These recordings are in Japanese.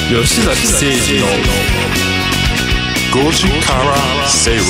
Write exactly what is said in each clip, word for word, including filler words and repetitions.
吉崎誠二のごじから正論。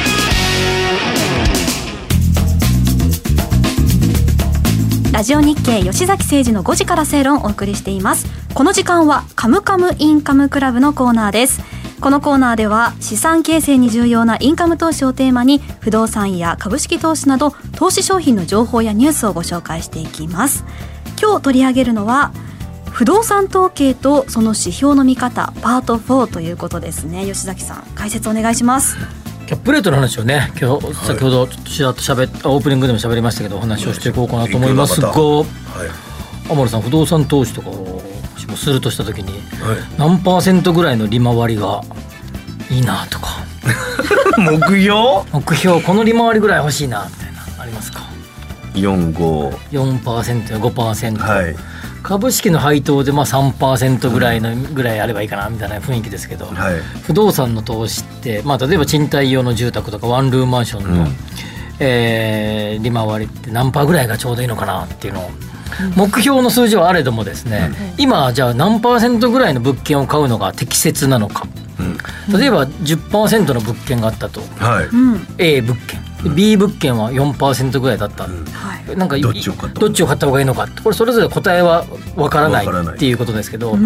ラジオ日経吉崎誠二のごじから正論をお送りしています。この時間はカムカムインカムクラブのコーナーです。このコーナーでは資産形成に重要なインカム投資をテーマに不動産や株式投資など投資商品の情報やニュースをご紹介していきます。今日取り上げるのは不動産統計とその指標の見方パートフォーということですね。吉崎さん解説お願いします。 キャップレートの話をね今日先ほどちょっとちらっとしゃべっオープニングでも喋りましたけどお話をしていこうかなと思いますが、はい、天野さん不動産投資とかをするとした時に、はい、何パーセントぐらいの利回りがいいなとか目標目標この利回りぐらい欲しいなみたいなありますか？ よん、ごよんパーセント や ごパーセント、 はい、 株式の配当でまあ さんパーセント ぐらいの、うん、ぐらいあればいいかなみたいな雰囲気ですけど、はい、不動産の投資って、まあ、例えば賃貸用の住宅とかワンルームマンションの、うんえー、利回りって何パーぐらいがちょうどいいのかなっていうのを目標の数字はあれどもですね、うん、今じゃあ何パーセントぐらいの物件を買うのが適切なのか、うん、例えば じゅっパーセント の物件があったと、はい、A 物件、うん、B 物件は よんパーセント ぐらいだった、うん、なんかどっちを買ったどっちを買った方がいいのかこれそれぞれ答えは分からないっていうことですけど、うん、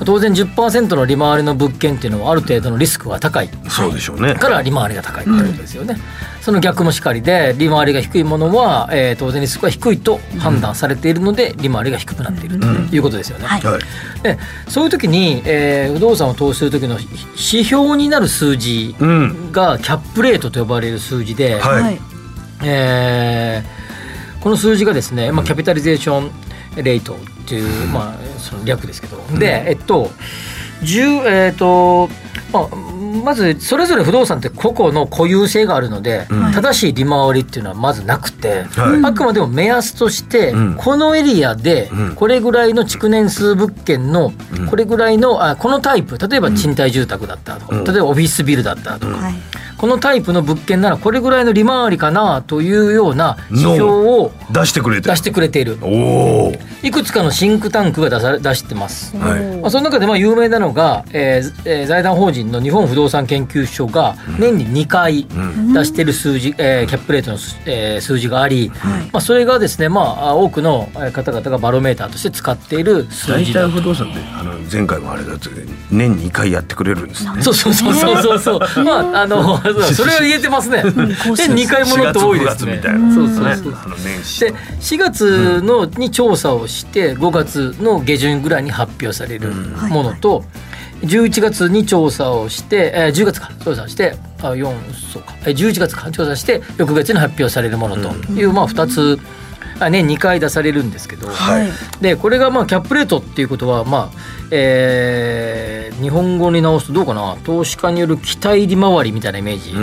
当然 じゅっパーセント の利回りの物件っていうのはある程度のリスクが高いそうでしょうねから利回りが高いってことですよね、うん、その逆もしかりで利回りが低いものは、えー、当然リスクが低いと判断されているので、うん、利回りが低くなっているということですよね、うんはい、でそういう時に、えー、不動産を投資する時の指標になる数字がキャップレートと呼ばれる数字で、はいえー、この数字がですね、まあ、キャピタリゼーションレートっていう、まあ、その略ですけど、で、えっと10えっとまあまずそれぞれ不動産って個々の固有性があるので、うん、正しい利回りっていうのはまずなくて、はい、あくまでも目安として、うん、このエリアでこれぐらいの築年数物件のこれぐらいのあこのタイプ例えば賃貸住宅だったとか、うん、例えばオフィスビルだったとか、うん、このタイプの物件ならこれぐらいの利回りかなというような指標を出してくれて出してくれているおいくつかのシンクタンクが出さ出してます、はいまあ、その中でまあ有名なのが、えーえー、財団法人の日本不動産研究所が年ににかい出している数字、うんえー、キャップレートの、えー、数字があり、はいまあ、それがですね、まあ、多くの方々がバロメーターとして使っている数字だ財団不動産ってあの前回もあれだと年ににかいやってくれるんですねそうそうそうそうそう、えー、まああのそれは言えてますね年にかいものって多いですねしがつくがつみたいなそうそうそうあの年始でしがつのに調査をしてごがつの下旬ぐらいに発表されるものと、うんはいじゅういちがつに調査をして、えー、じゅうがつか調査してあよんそうかじゅういちがつか調査して翌月に発表されるものという、うんまあ、ふたつ年にかい出されるんですけど、はい、でこれがまあキャップレートっていうことは、まあえー、日本語に直すとどうかな投資家による期待利回りみたいなイメージ、うん、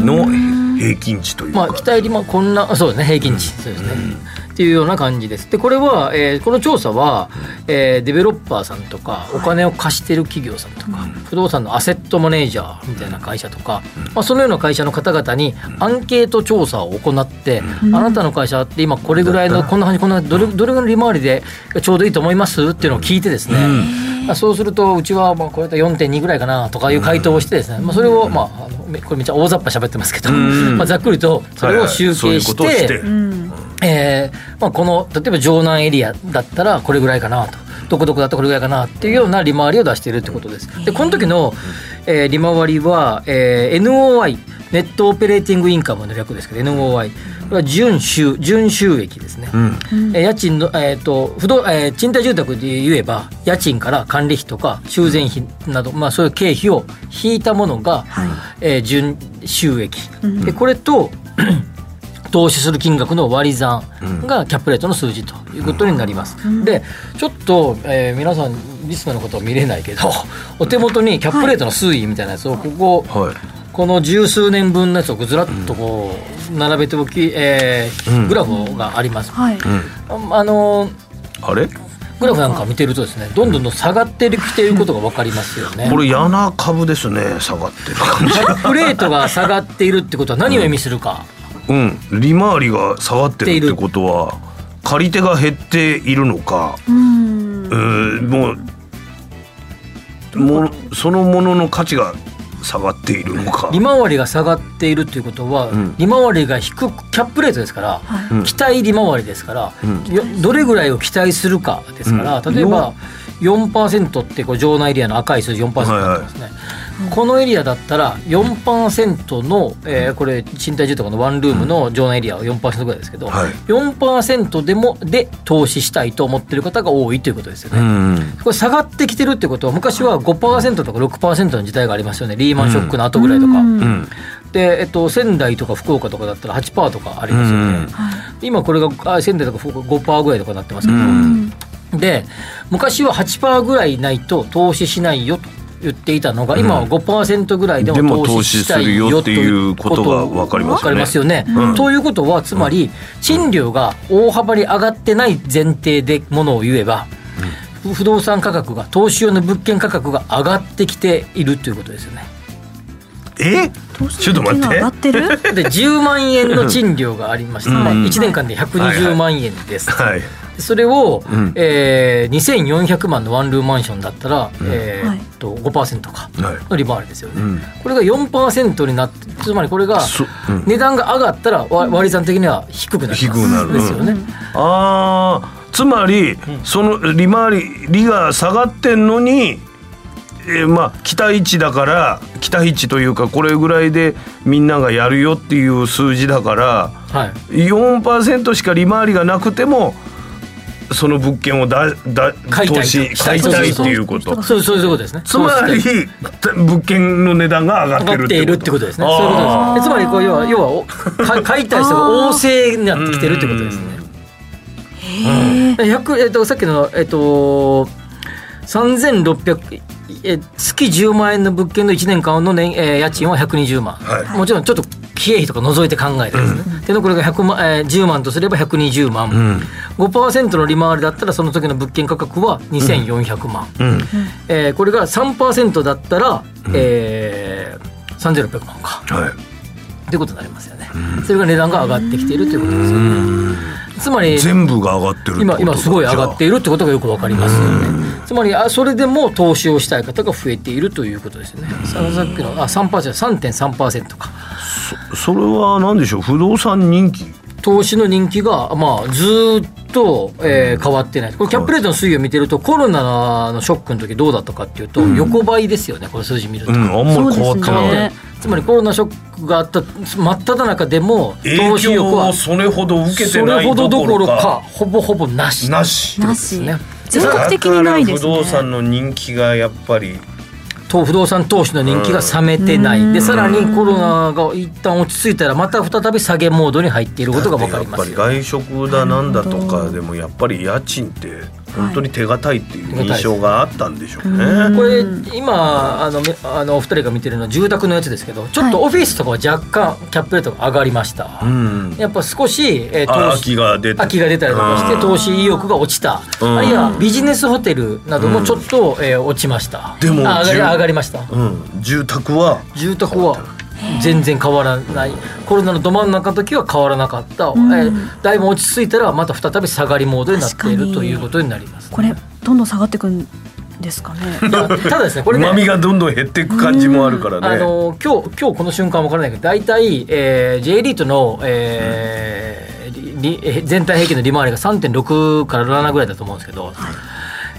の平均値というか、 まあ、期待利回りこんなそうですね平均値、うん、そうですね、うんっていうような感じです。でこれは、えー、この調査は、えー、デベロッパーさんとかお金を貸してる企業さんとか、はい、不動産のアセットマネージャーみたいな会社とか、うんまあ、そのような会社の方々にアンケート調査を行って、うん、あなたの会社って今これぐらいのこんな感じこんなどれどれぐらいの利回りでちょうどいいと思いますっていうのを聞いてですね、うん、そうするとうちはまあこれだったら よんてんに ぐらいかなとかいう回答をしてですね、まあ、それを、まあ、あのこれめっちゃ大雑把喋ってますけど、まあ、ざっくりとそれを集計して、はいはい、そういうことをして、うんえーまあ、この例えば城南エリアだったらこれぐらいかなとどこどこだったらこれぐらいかなっていうような利回りを出しているってことです。でこの時の、えー、利回りは、えー、エヌオーアイ ネットオペレーティングインカムの略ですけど エヌオーアイ これは純収純収益ですね、うんえー、家賃の、えー、と不動、えー、賃貸住宅で言えば家賃から管理費とか修繕費など、まあ、そういう経費を引いたものが、はいえー、純収益、うん、でこれと投資する金額の割り算がキャップレートの数字ということになります、うん、でちょっと、えー、皆さんリスナーのことは見れないけどお手元にキャップレートの推移みたいなやつをここ、はい、この十数年分のやつをずらっとこう並べておき、えーうん、グラフがあります、はい、あのー、あれグラフなんか見てるとですねどんどん下がってきていることが分かりますよね。 これ嫌な株ですね下がってる感じキャップレートが下がっているってことは何を意味するか、 うんうん、利回りが下がってるってことは借り手が減っているのか、うん、うーもうもそのものの価値が下がっているのか。 利回りが下がっているということは、うん、利回りが低くキャップレートですから、はい、期待利回りですから、うん、どれぐらいを期待するかですから、うん、例えば よんパーセント ってこう場内エリアの赤い数字 よんパーセント になってますね、はいはい、このエリアだったら よんパーセント の、えー、これ賃貸住宅のワンルームの場内エリアは よんパーセント ぐらいですけど、はい、よんパーセント でもで投資したいと思っている方が多いということですよね、うん、これ下がってきてるってことは昔は ごパーセント とか ろくパーセント の時代がありますよね。リーマンショックの後ぐらいとか、うんうんでえっと、仙台とか福岡とかだったら はちパーセント とかありますよね、うん、今これがあ仙台とか福岡 ごパーセント ぐらいとかになってますけど、うんで昔は はちパーセント ぐらいないと投資しないよと言っていたのが、今は ごパーセント ぐらいでも投資したいよということが分かりますよね。うん、ということはつまり賃料が大幅に上がってない前提でものを言えば、うん、不動産価格が投資用の物件価格が上がってきているということですよね。 えちょっと待ってでじゅうまんえんの賃料がありました、うんまあ、いちねんかんでひゃくにじゅうまんえんです、はいはい、それを、うんえー、にせんよんひゃくまんのワンルームマンションだったら、うんえー、っと ごパーセント かの利回りですよね、はい、これが よんパーセント になってつまりこれが値段が上がったら割り算的には低くなります、 低くなるですよね、うん、 あつまり、うん、その利回り利が下がってんのにえー、まあ期待値だから期待値というかこれぐらいでみんながやるよっていう数字だから、はい、よんパーセント しか利回りがなくてもその物件をだだ投資買いたいっていうこと。 そうそういうことですね。 つまり物件の値段が上がってるっていうこと。上がっているってことですね。そういうことです。 つまりこう要は要は買いたい人が旺盛になってきてるってことですね。へえ。百えっとさっきのえっとさんぜんろっぴゃくえ月じゅうまんえんの物件のいちねんかんの年、えー、家賃はひゃくにじゅうまん、はい、もちろんちょっと経費とか除いて考えてですね、うん、でこれがひゃくまん、えー、じゅうまんとすればひゃくにじゅうまん、うん、ごパーセント の利回りだったらその時の物件価格はにせんよんひゃくまん、うんえー、これが さんパーセント だったら、うんえー、さんぜんろっぴゃくまんか、はい、っていうことになりますよね、うん、それが値段が上がってきているということですよね、うん、つまり全部が上がってるってこと今、今すごい上がっているってことがよく分かりますよね。つまりあそれでも投資をしたい方が増えているということですね。さっきのあ さんパーセント さんてんさんパーセント かそ, それは何でしょう。不動産人気投資の人気が、まあ、ずっと、えー、変わってない。これキャップレートの推移を見てるとコロナのショックの時どうだったかっていうと、うん、横ばいですよね。この数字見ると、うん、あんまり変わってない、ね、つまりコロナショックがあった真っ只中でも投資欲はそれほど受けてないそれほどどころかほぼほぼなしなしなし全国的にないですね。 不動産の人気がやっぱり不動産投資の人気が冷めてない、うん、でさらにコロナが一旦落ち着いたらまた再び下げモードに入っていることが分かりますよ。 やっぱり外食だなんだとかでもやっぱり家賃って本当に手堅いっていう印象があったんでしょうね、 はい、これ今あのあのお二人が見てるのは住宅のやつですけどちょっとオフィスとかは若干キャップレートが上がりました、はい、やっぱ少し、えー、投資空きが出て空きが出たりとかして投資意欲が落ちた、あるいはビジネスホテルなどもちょっと、えー、落ちました。 でもあ上がり、上がりました、 うん、住宅は住宅は全然変わらない。コロナのど真ん中の時は変わらなかった、うんえー、だいぶ落ち着いたらまた再び下がりモードになっているということになります、ね、 これどんどん下がっていくんですかね。 ただですねこれねうまみがどんどん減っていく感じもあるからね。 あの今日今日この瞬間は分からないけど大体、えー、J リートの、えーうん、全体平均の利回りが さんてんろく からななぐらいだと思うんですけど、はい、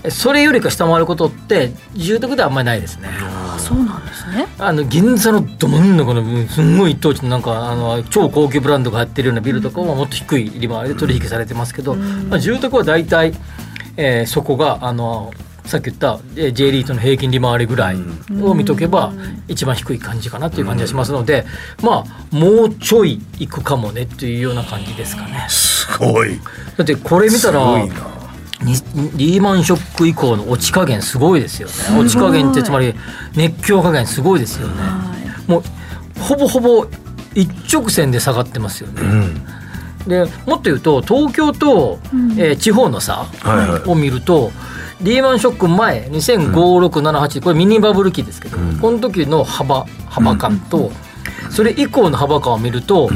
それよりか下回ることって住宅ではあんまりないですね。 あそうなんですね。 あの銀座のど真ん中のすんごい一等地のなんかあの超高級ブランドが入ってるようなビルとかはもっと低い利回りで取引されてますけど、うんまあ、住宅は大体、えー、そこがあのさっき言った J リートの平均利回りぐらいを見とけば一番低い感じかなという感じがしますので、まあもうちょいいくかもねというような感じですかね。 すごい。 だってこれ見たらリーマンショック以降の落ち加減すごいですよね。落ち加減ってつまり熱狂加減すごいですよね。もうほぼほぼ一直線で下がってますよね、うん、でもっと言うと東京と、うんえー、地方の差を見ると、はいはいリーマンショック前にせんご、ろく、なな、はちこれミニバブル期ですけど、うん、この時の幅幅感と、うん、それ以降の幅感を見ると、うん、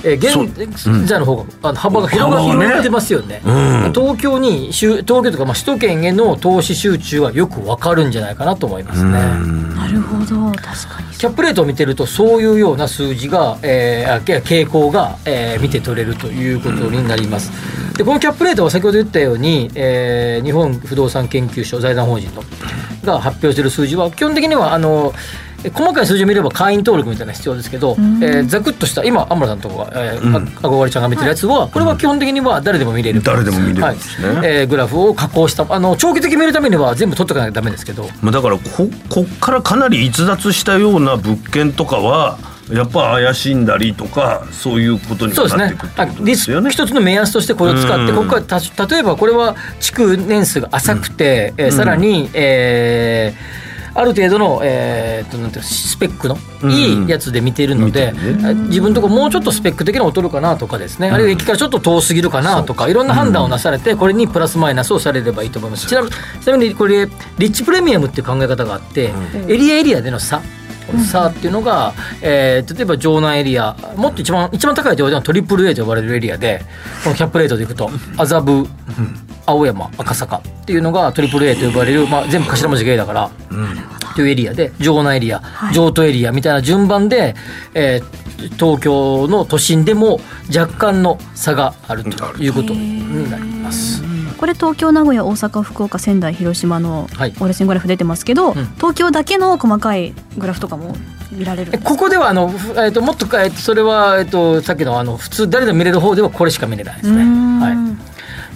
えー、現在の方が、うん、あの幅が広が、広がってますよね、うん、東京に東京とか、まあ、首都圏への投資集中はよく分かるんじゃないかなと思いますね。 なるほど、確かにキャップレートを見てるとそういうような数字が、えー、傾向が、えー、見て取れるということになります。でこのキャップレートは先ほど言ったように、えー、日本不動産研究所財団法人のが発表している数字は基本的にはあの細かい数字を見れば会員登録みたいな必要ですけど、えー、ざくっとした今天野さんとかが、えーうん、あごわりちゃんが見てるやつはこれは基本的には誰でも見れる、 誰でも見れるんですね、 はい、えー、グラフを加工したあの長期的に見るためには全部取っとかないとダメですけど、 まあ、だから こ, こっからかなり逸脱したような物件とかはやっぱ怪しんだりとかそういうことになっていくってことですよね。 一つの目安としてこれを使って、ここからた例えばこれは築年数が浅くて、うん、えー、さらに、えーある程度の、えー、となんていうスペックのいいやつで見ているので、うんね、自分のところもうちょっとスペック的なのを取るかなとかですね、うん、あるいは駅からちょっと遠すぎるかなとか、いろんな判断をなされてこれにプラスマイナスをされればいいと思います。ちなみに、ちなみにこれリッチプレミアムっていう考え方があって、うん、エリアエリアでの差差っていうのが、えー、例えば城南エリアもっと一番一番高いと言われるのはトリプル A と呼ばれるエリアで、このキャップレートでいくと麻布、青山、赤坂っていうのがトリプル A と呼ばれる、まあ、全部頭文字が A だから、うんというエリアで、城南エリア、はい、城東エリアみたいな順番で、えー、東京の都心でも若干の差があるということになります。 これ東京、名古屋、大阪、福岡、仙台、広島の折れ線グラフ出てますけど、はい、うん、東京だけの細かいグラフとかも見られるんですか？ ここではあの、えー、ともっと、えー、とそれは、えー、とさっきの、あの普通誰でも見れる方ではこれしか見れないですね。はい、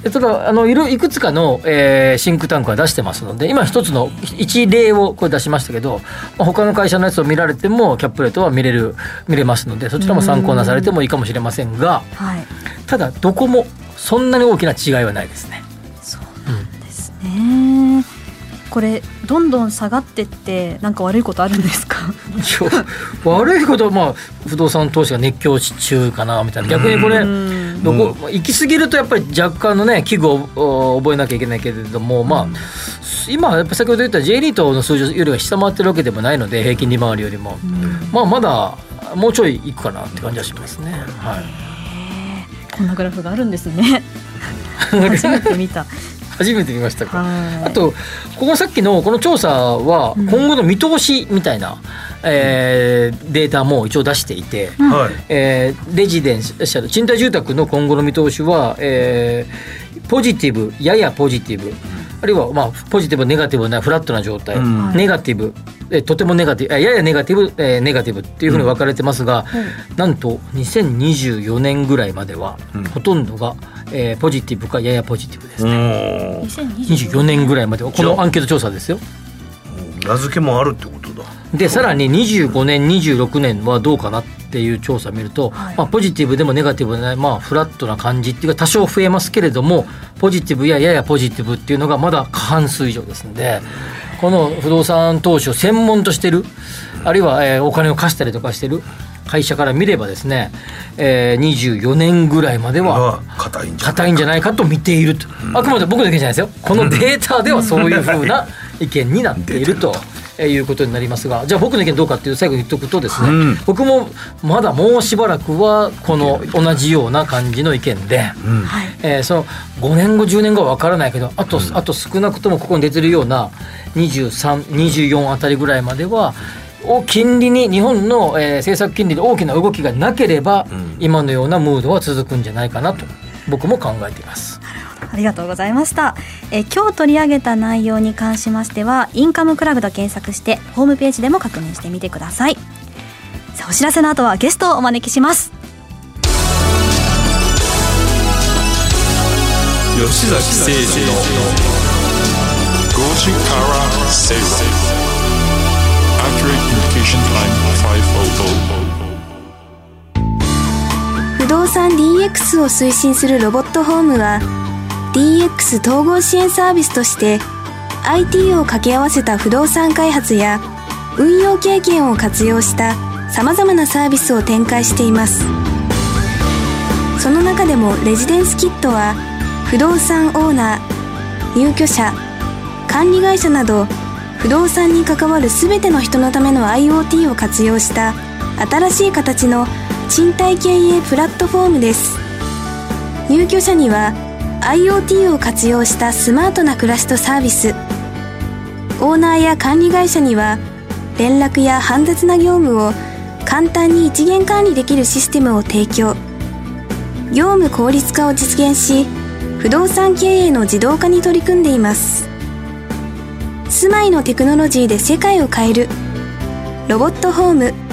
でただあのいるいくつかの、えー、シンクタンクは出してますので、今一つの一例をこれ出しましたけど、まあ、他の会社のやつを見られてもキャップレートは見れる見れますので、そちらも参考なされてもいいかもしれませんが、はい、ただどこもそんなに大きな違いはないですね。 そうなんですね、うん、これどんどん下がってってなんか悪いことあるんですか？ 悪いことは、まあ、不動産投資が熱狂中かなみたいな。逆にこれどこ行き過ぎるとやっぱり若干のね危惧を覚えなきゃいけないけれども、まあ、今やっぱ先ほど言った J リートの数字よりは下回ってるわけでもないので、平均利回りよりも、まあ、まだもうちょいいくかなって感じはしますね。はい、 こんなグラフがあるんですね。初めて見た。 初めて見ましたか。あとここさっきのこの調査は今後の見通しみたいな、うん、えー、データも一応出していて、うん、えー、レジデンシャル賃貸住宅の今後の見通しは、えー、ポジティブややポジティブ、うん、あるいは、まあ、ポジティブネガティブなフラットな状態、うん、ネガティブ、えとてもネガティブ、ややネガティブ、えー、ネガティブっていうふうに分かれてますが、うん、なんとにせんにじゅうよねんぐらいまでは、うん、ほとんどが、えー、ポジティブかややポジティブですね。にせんにじゅうよねんぐらいまではこのアンケート調査ですよ。 裏付けもあるってことだ。 でさらににじゅうごねんにじゅうろくねんはどうかなっていう調査を見ると、はい、まあ、ポジティブでもネガティブでない、まあ、フラットな感じっていうか多少増えますけれども、ポジティブやややポジティブっていうのがまだ過半数以上ですので、この不動産投資を専門としてる、あるいは、えー、お金を貸したりとかしてる会社から見ればですね、えー、にじゅうよねんぐらいまでは硬いんじゃないかと見ていると、うん、あくまで僕だけじゃないですよ、このデータではそういうふうな意見になっているということになりますが、じゃあ僕の意見どうかっていう最後に言っておくとですね、うん、僕もまだもうしばらくはこの同じような感じの意見で、うん、えー、そのごねんごじゅうねんごは分からないけど、あと、うん、あと少なくともここに出てるようなにじゅうさん、にじゅうよんあたりぐらいまでは金利に日本の、えー、政策金利で大きな動きがなければ、うん、今のようなムードは続くんじゃないかなと僕も考えています。 ありがとうございました。え今日取り上げた内容に関しましてはインカムクラブと検索してホームページでも確認してみてください。さあお知らせの後はゲストをお招きします。 吉崎誠二のごじから正論 Accurate Communication Time 不動産 ディーエックス を推進するロボットホームは ディーエックス 統合支援サービスとして アイティー を掛け合わせた不動産開発や運用経験を活用したさまざまなサービスを展開しています。その中でもレジデンスキットは不動産オーナー、入居者、管理会社など不動産に関わるすべての人のための アイオーティー を活用した新しい形の賃貸経営プラットフォームです。入居者には IoT を活用したスマートな暮らしとサービス、オーナーや管理会社には連絡や煩雑な業務を簡単に一元管理できるシステムを提供。業務効率化を実現し、不動産経営の自動化に取り組んでいます。住まいのテクノロジーで世界を変えるロボットホーム